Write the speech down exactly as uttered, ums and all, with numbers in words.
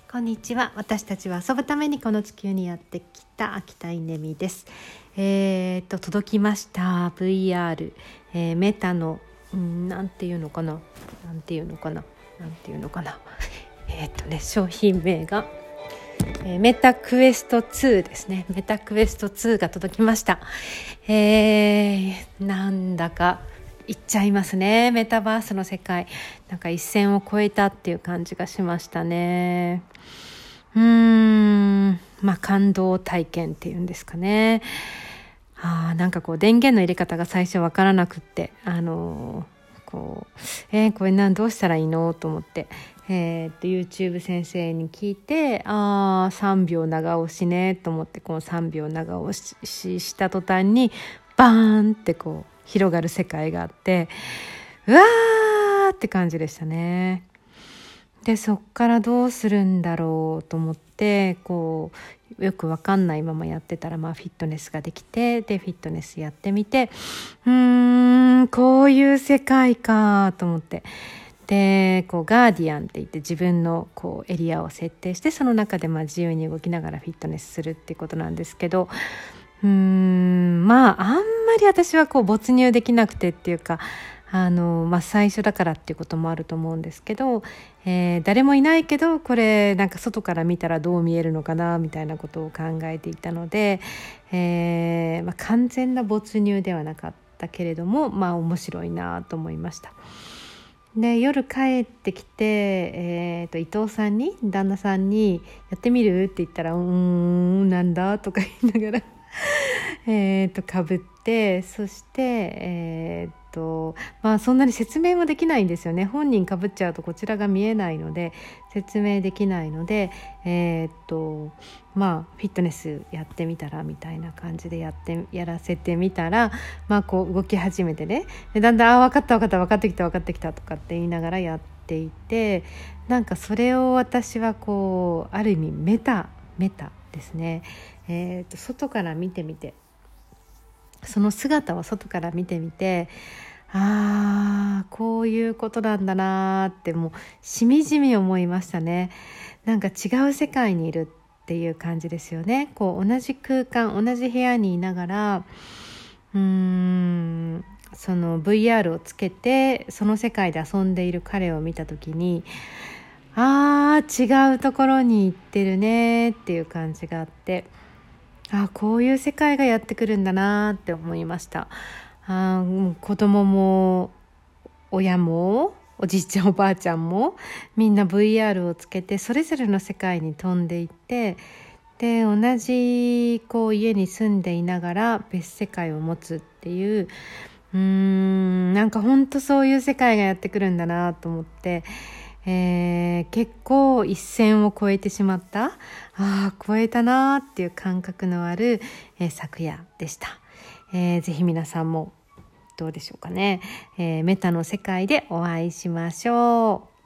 こんにちは。私たちは遊ぶためにこの地球にやってきた秋田稲美です。えー、と届きました ブイアール、えー、メタのんなんていうのかななんていうのかななんていうのかなえっとね商品名が、えー、メタクエストツーですね。メタクエストツーが届きました。えー、なんだかいっちゃいますね。メタバースの世界、なんか一線を越えたっていう感じがしましたね。うーんまあ感動体験っていうんですかね。あなんかこう電源の入れ方が最初わからなくって、あのー、こうえー、これなんどうしたらいいのと思って、えー、っと YouTube 先生に聞いて、あさんびょう長押しねと思って、このさんびょう長押しした途端にバーンってこう広がる世界があって、うわーって感じでしたね。でそっからどうするんだろうと思って、こうよく分かんないままやってたら、まあフィットネスができて、でフィットネスやってみて、うーんこういう世界かと思って、でこうガーディアンって言って自分のこうエリアを設定して、その中でまあ自由に動きながらフィットネスするっていうことなんですけど、うーんまああんまり私はこう没入できなくてっていうか、あのまあ、最初だからっていうこともあると思うんですけど、えー、誰もいないけどこれなんか外から見たらどう見えるのかなみたいなことを考えていたので、えーまあ、完全な没入ではなかったけれども、まあ面白いなと思いました。で夜帰ってきて、えー、と伊藤さんに旦那さんにやってみるって言ったら、うーんなんだとか言いながらえーとかぶって、そしてえーとまあそんなに説明もできないんですよね。本人かぶっちゃうとこちらが見えないので説明できないので、えーとまあフィットネスやってみたらみたいな感じでやってやらせてみたら、まあこう動き始めてね、でだんだんあ分かった分かった分かってきた分かってきたとかって言いながらやっていて、なんかそれを私はこうある意味メタメタですね、えーと外から見てみて、その姿を外から見てみて、あーこういうことなんだなって、もうしみじみ思いましたね。なんか違う世界にいるっていう感じですよね。こう同じ空間同じ部屋にいながら、うーんその ブイアール をつけてその世界で遊んでいる彼を見た時に、あー違うところに行ってるねっていう感じがあって、あこういう世界がやってくるんだなって思いました。あ子供も親もおじいちゃんおばあちゃんもみんな ブイアール をつけてそれぞれの世界に飛んでいって、で同じこう家に住んでいながら別世界を持つっていう、うーんなんか本当そういう世界がやってくるんだなと思って、えー、結構一線を越えてしまった、あー越えたなっていう感覚のある、えー、昨夜でした。えー、ぜひ皆さんもどうでしょうかね、えー、メタの世界でお会いしましょう。